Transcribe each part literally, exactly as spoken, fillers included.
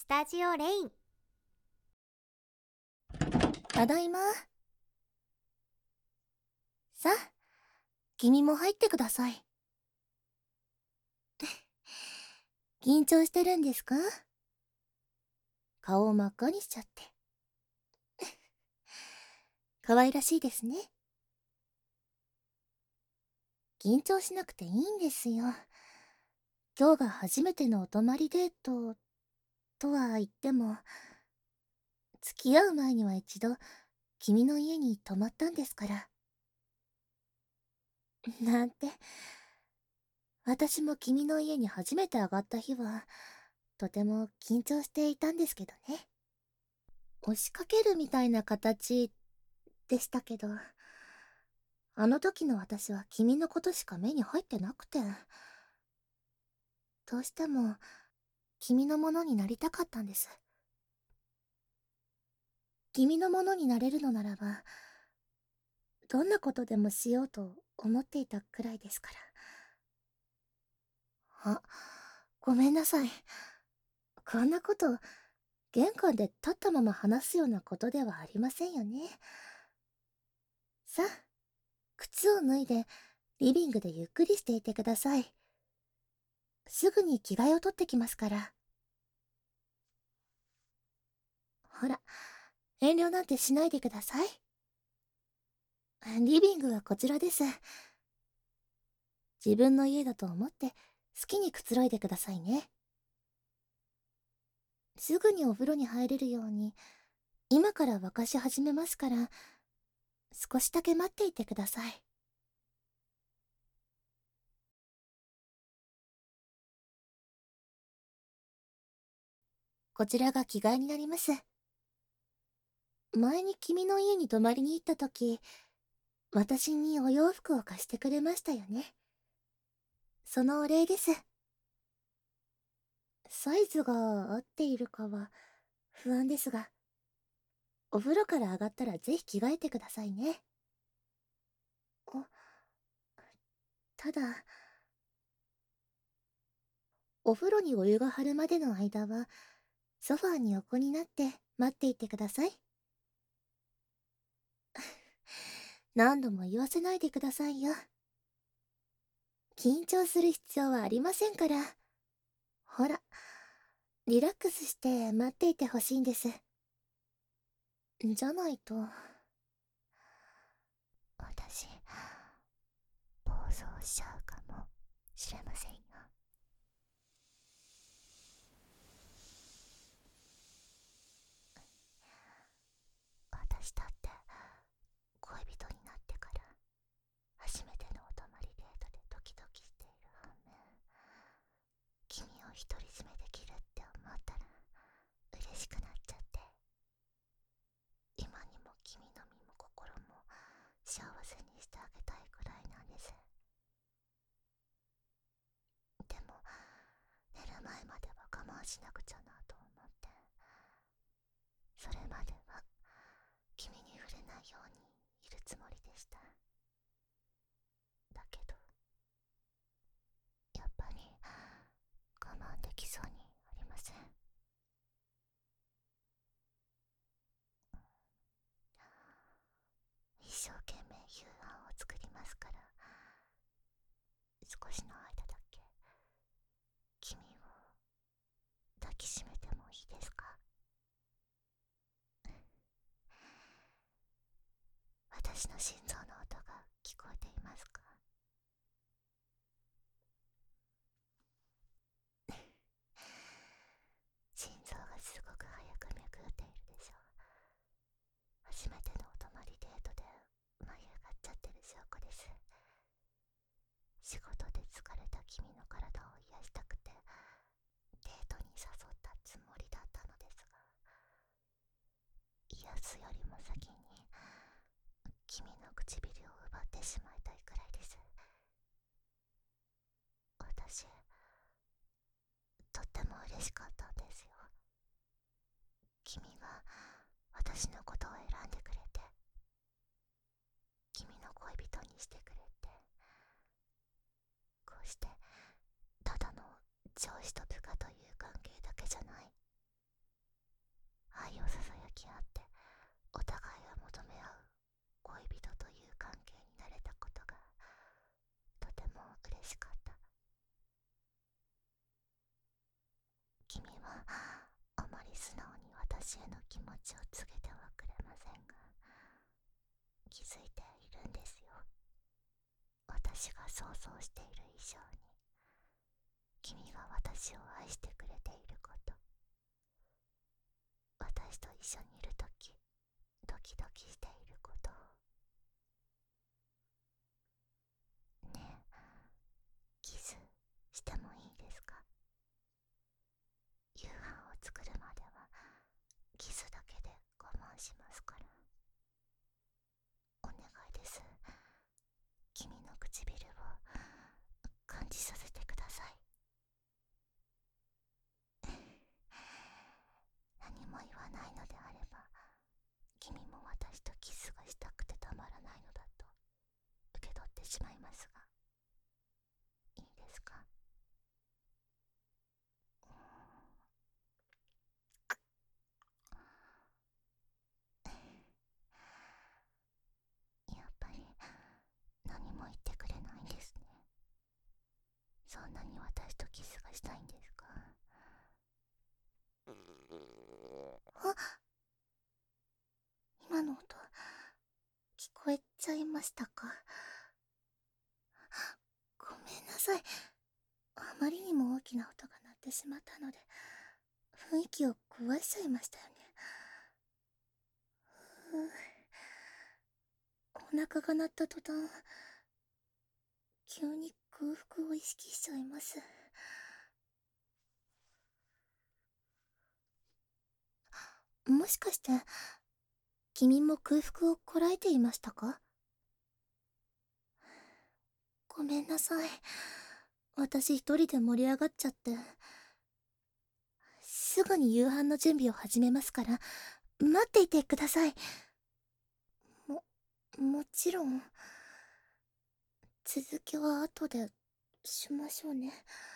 スタジオレイン。 ただいま。さあ、君も入ってください。緊張してるんですか？顔を真っ赤にしちゃって。可愛らしいですね。緊張しなくていいんですよ。今日が初めてのお泊まりデートとは言っても、付き合う前には一度君の家に泊まったんですから。なんて、私も君の家に初めて上がった日はとても緊張していたんですけどね。押しかけるみたいな形でしたけど、あの時の私は君のことしか目に入ってなくて、どうしても君のものになりたかったんです。君のものになれるのならば、どんなことでもしようと思っていたくらいですから。あ、ごめんなさい。こんなこと、玄関で立ったまま話すようなことではありませんよね。さあ、靴を脱いで、リビングでゆっくりしていてください。すぐに着替えを取ってきますから。ほら、遠慮なんてしないでください。リビングはこちらです。自分の家だと思って好きにくつろいでくださいね。すぐにお風呂に入れるように、今から沸かし始めますから、少しだけ待っていてください。こちらが着替えになります。前に君の家に泊まりに行った時、私にお洋服を貸してくれましたよね。そのお礼です。サイズが合っているかは不安ですが、お風呂から上がったらぜひ着替えてくださいね。あ、ただ、お風呂にお湯が張るまでの間は、ソファーに横になって待っていてください。何度も言わせないでくださいよ。緊張する必要はありませんから。ほら、リラックスして待っていてほしいんです。じゃないと、私、暴走しちゃうかもしれませんよ。私だって恋人になってから初めてのお泊まりデートでドキドキしている反面、君を独り占めできるって思ったら嬉しくなっちゃって、今にも君の身も心も幸せにしてあげたいくらいなんです。でも寝る前までは我慢しなくちゃなと思って、それまでは君に触れないようにいるつもりでした。だけどやっぱり我慢できそうにありません。一生懸命夕飯を作りますから、少しの間だけ君を抱きしめてもいいですか？私の心臓の音が聞こえていますか？心臓がすごく早く脈打っているでしょう。初めてのお泊まりデートで舞い上がっちゃってる証拠です。仕事で疲れた君の体を癒したくてデートに誘ったつもりだったのですが、癒すよりも先に君の唇を奪ってしまいたいくらいです。私、とっても嬉しかったんですよ。君が私のことを選んでくれて、君の恋人にしてくれて、こうしてただの上司と部下という関係だけじゃない、 素直に私への気持ちを告げてはくれませんが、気づいているんですよ。私が想像している以上に君が私を愛してくれていること、私と一緒にいるときドキドキしていることを。ねえ、キスしてもいいですか？夕飯を作るまではキスだけで我慢しますから。お願いです。君の唇を感じさせてください。何も言わないのであれば、君も私とキスがしたくてたまらないのだと受け取ってしまいますが、いいですか？やっぱり何も言ってくれないんですね。そんなに私とキスがしたいんですか？あ、今の音聞こえちゃいましたか？ごめんなさい。あまりにも大きな音が鳴ってしまったので雰囲気を壊しちゃいましたよね。お腹が鳴った途端、急に空腹を意識しちゃいます。もしかして君も空腹をこらえていましたか？ごめんなさい、私一人で盛り上がっちゃって。すぐに夕飯の準備を始めますから待っていてください。ももちろん続きは後でしましょうね。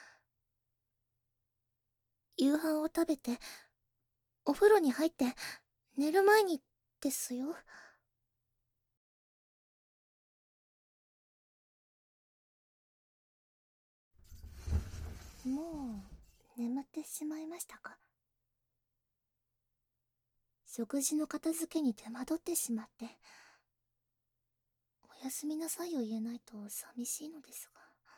夕飯を食べてお風呂に入って寝る前にですよ。もう眠ってしまいましたか？食事の片付けに手間取ってしまって、おやすみなさいを言えないと寂しいのです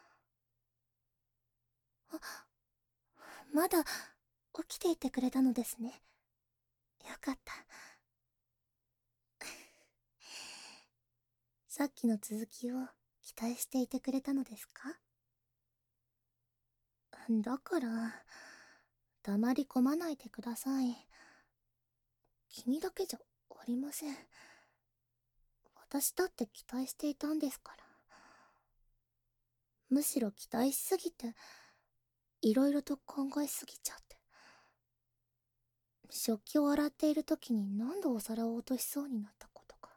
が。あ、まだ起きていてくれたのですね。よかった。さっきの続きを期待していてくれたのですか？だから黙り込まないでください。君だけじゃありません。私だって期待していたんですから。むしろ期待しすぎていろいろと考えすぎちゃって、食器を洗っている時に何度お皿を落としそうになったことか。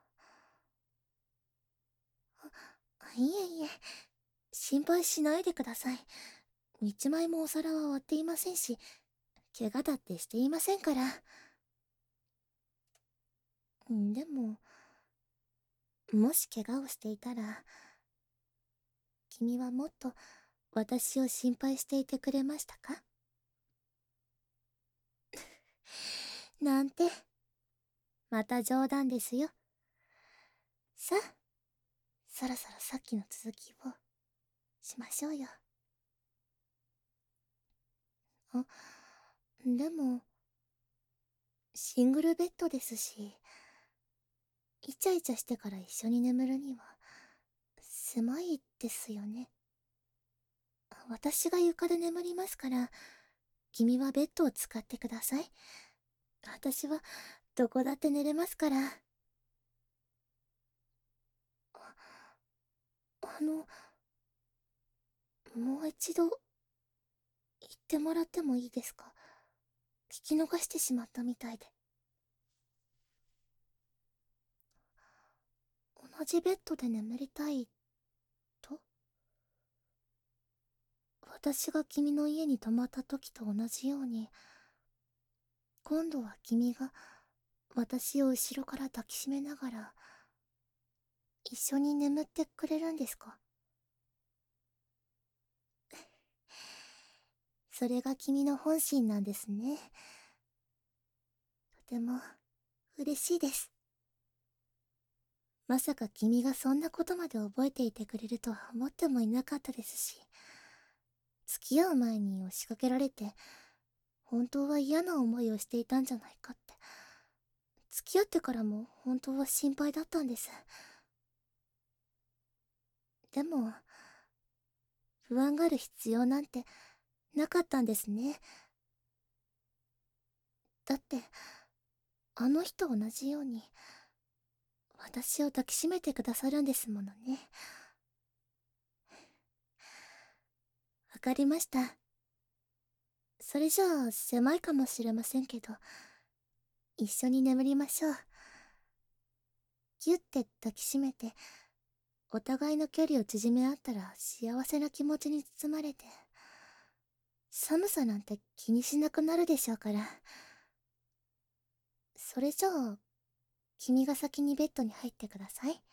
あ、いえいえ、心配しないでください。一枚もお皿は割っていませんし、怪我だってしていませんから。でももし怪我をしていたら君はもっと私を心配していてくれましたか？なんて、また冗談ですよ。さあ、そろそろさっきの続きをしましょうよ。あ、でもシングルベッドですし、イチャイチャしてから一緒に眠るには狭いですよね。私が床で眠りますから、君はベッドを使ってください。私はどこだって寝れますから。あ、あの、もう一度言ってもらってもいいですか？聞き逃してしまったみたいで。同じベッドで眠りたいと？私が君の家に泊まった時と同じように、今度は君が私を後ろから抱きしめながら一緒に眠ってくれるんですか？それが君の本心なんですね。 ても嬉しいです。まさか君がそんなことまで覚えていてくれるとは思ってもいなかったですし、付き合う前に押しかけられて、本当は嫌な思いをしていたんじゃないかって。付き合ってからも本当は心配だったんです。でも、不安がる必要なんてなかったんですね。だって、あの日と同じように、私を抱きしめてくださるんですものね。わかりました。それじゃあ、狭いかもしれませんけど、一緒に眠りましょう。ぎゅって抱きしめて、お互いの距離を縮め合ったら幸せな気持ちに包まれて、寒さなんて気にしなくなるでしょうから。それじゃあ、君が先にベッドに入ってください。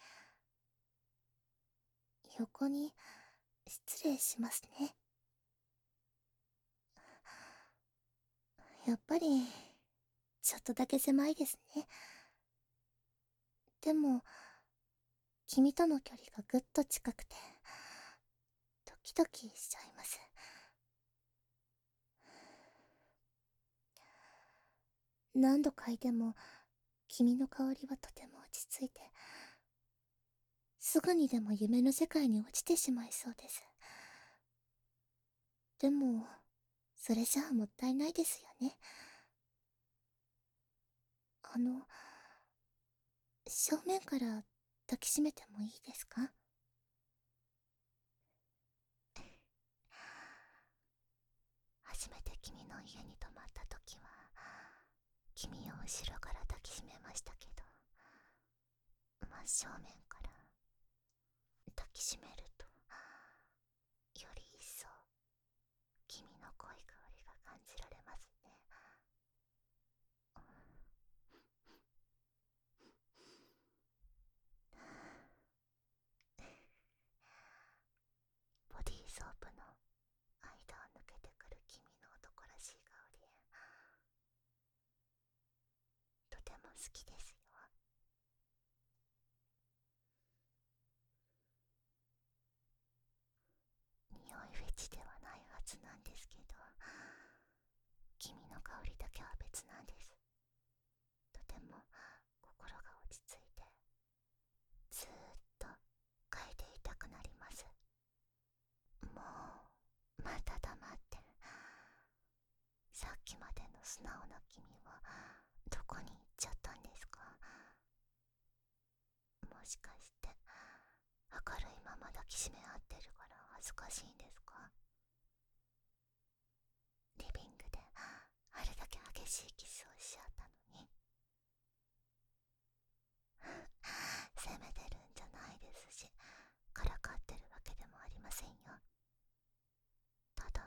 横に、失礼しますね。やっぱり、ちょっとだけ狭いですね。でも、君との距離がぐっと近くて、ドキドキしちゃいます。何度嗅いでも、君の香りはとても落ち着いて、すぐにでも夢の世界に落ちてしまいそうです。でも、それじゃあもったいないですよね。あの、正面から抱きしめてもいいですか？初めて君の家に泊まった時は、君を後ろから抱きしめましたけど、真正面から抱きしめると、より一層君の濃い香りが感じられますね。ボディーソープの間を抜けてくる君の男らしい香り、とても好きですよ。匂いフェチではないはずなんですけど、君の香りだけは別なんです。とても心が落ち着いて、ずーっと嗅いでいたくなります。もう、また黙って。さっきまでの素直な君は、どこに行っちゃったんですか？もしかして、明るいまま抱きしめ合ってるから恥ずかしいんですか？リビングで、あれだけ激しいキスをしちゃったのに。責めてるんじゃないですし、からかってるわけでもありませんよ。ただ、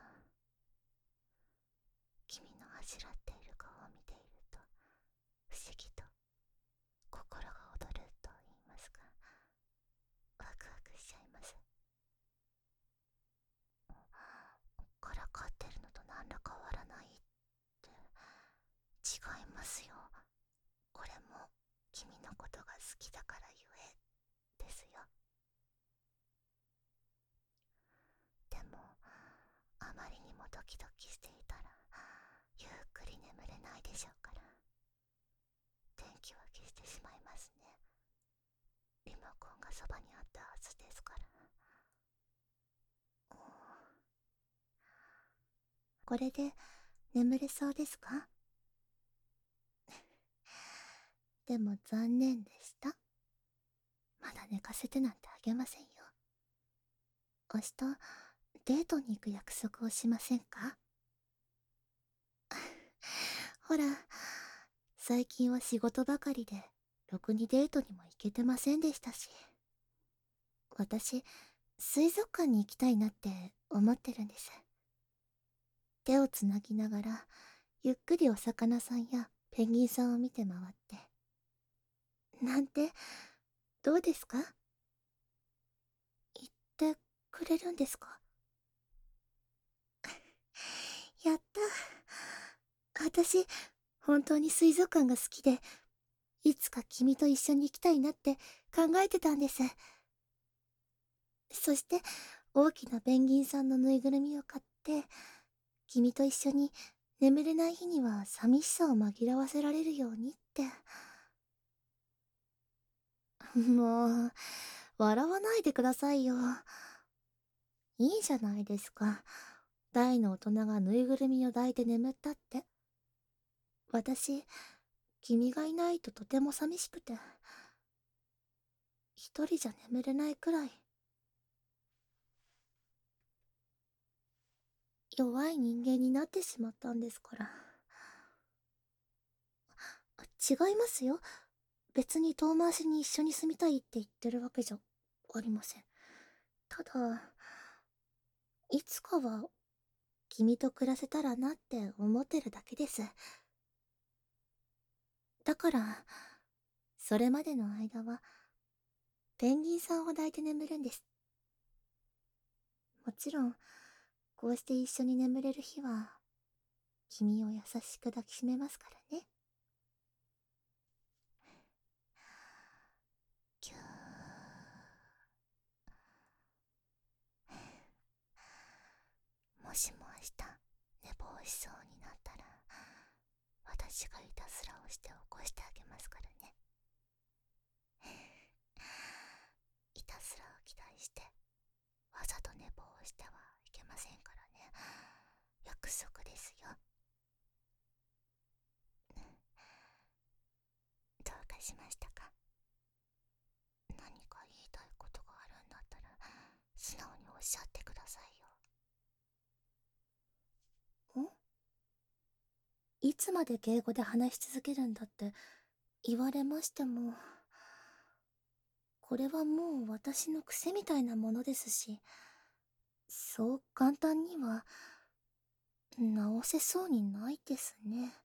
君のあしらっている顔を見ていると、不思議と心が躍ると言いますか、ワクワクしちゃいます。からかってるのと何ら変わらないって。違いますよ。これも君のことが好きだからゆえですよ。でも、あまりにもドキドキしていたら、ゆっくり眠れないでしょうから、電気は消してしまいますね。リモコンがそばにあったはずですから。これで眠れそうですか？でも残念でした。まだ寝かせてなんてあげませんよ。明日、デートに行く約束をしませんか？ほら、最近は仕事ばかりで、ろくにデートにも行けてませんでしたし。私、水族館に行きたいなって思ってるんです。手をつなぎながら、ゆっくりお魚さんやペンギンさんを見て回って。なんて、どうですか？言ってくれるんですか？やった。私、 本当に水族館が好きで、いつか君と一緒に行きたいなって考えてたんです。そして大きなペンギンさんのぬいぐるみを買って、君と一緒に眠れない日には寂しさを紛らわせられるようにって。もう、笑わないでくださいよ。いいじゃないですか。大の大人がぬいぐるみを抱いて眠ったって。私、君がいないととても寂しくて、一人じゃ眠れないくらい。弱い人間になってしまったんですから。違いますよ。別に遠回しに一緒に住みたいって言ってるわけじゃありません。ただ、いつかは君と暮らせたらなって思ってるだけです。だから、それまでの間は、ペンギンさんを抱いて眠るんです。もちろん、こうして一緒に眠れる日は、君を優しく抱きしめますからね。ぎゅー。もしも明日、寝坊しそうになったら、私がいたずらをして起こしてあげますからね。いたずらを期待して、わざと寝坊をしてはいけませんからね。約束ですよ。どうかしましたか？何か言いたいことがあるんだったら、素直におっしゃってくださいよ。ん？いつまで敬語で話し続けるんだって言われましても、これはもう私の癖みたいなものですし、そう簡単には直せそうにないですね。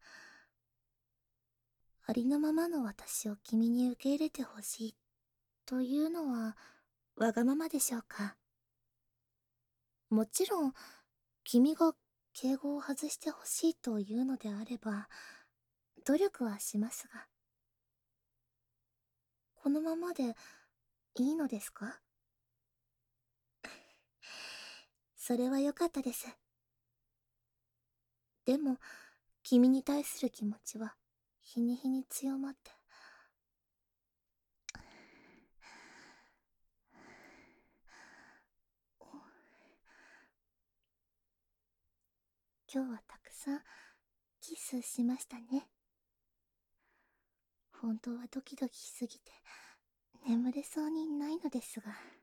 ありのままの私を君に受け入れてほしいというのはわがままでしょうか？もちろん君が敬語を外してほしいというのであれば努力はしますが、このままでいいのですか？それは良かったです。でも君に対する気持ちは日に日に強まって。今日はたくさんキスしましたね。本当はドキドキしすぎて眠れそうにないのですが、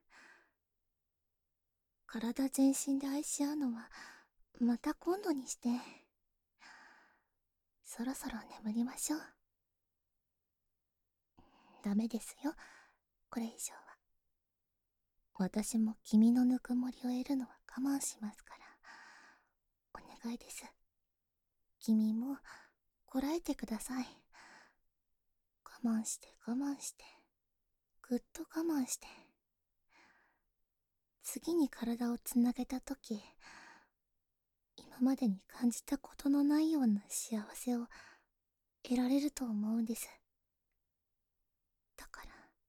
体全身で愛し合うのはまた今度にして、そろそろ眠りましょう。ダメですよ、これ以上は。私も君のぬくもりを得るのは我慢しますから、お願いです。君もこらえてください。我慢して我慢して、ぐっと我慢して、次に体をつなげたとき、今までに感じたことのないような幸せを得られると思うんです。だから、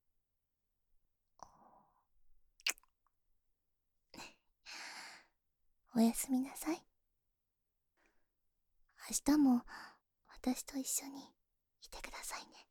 おやすみなさい。明日も私と一緒にいてくださいね。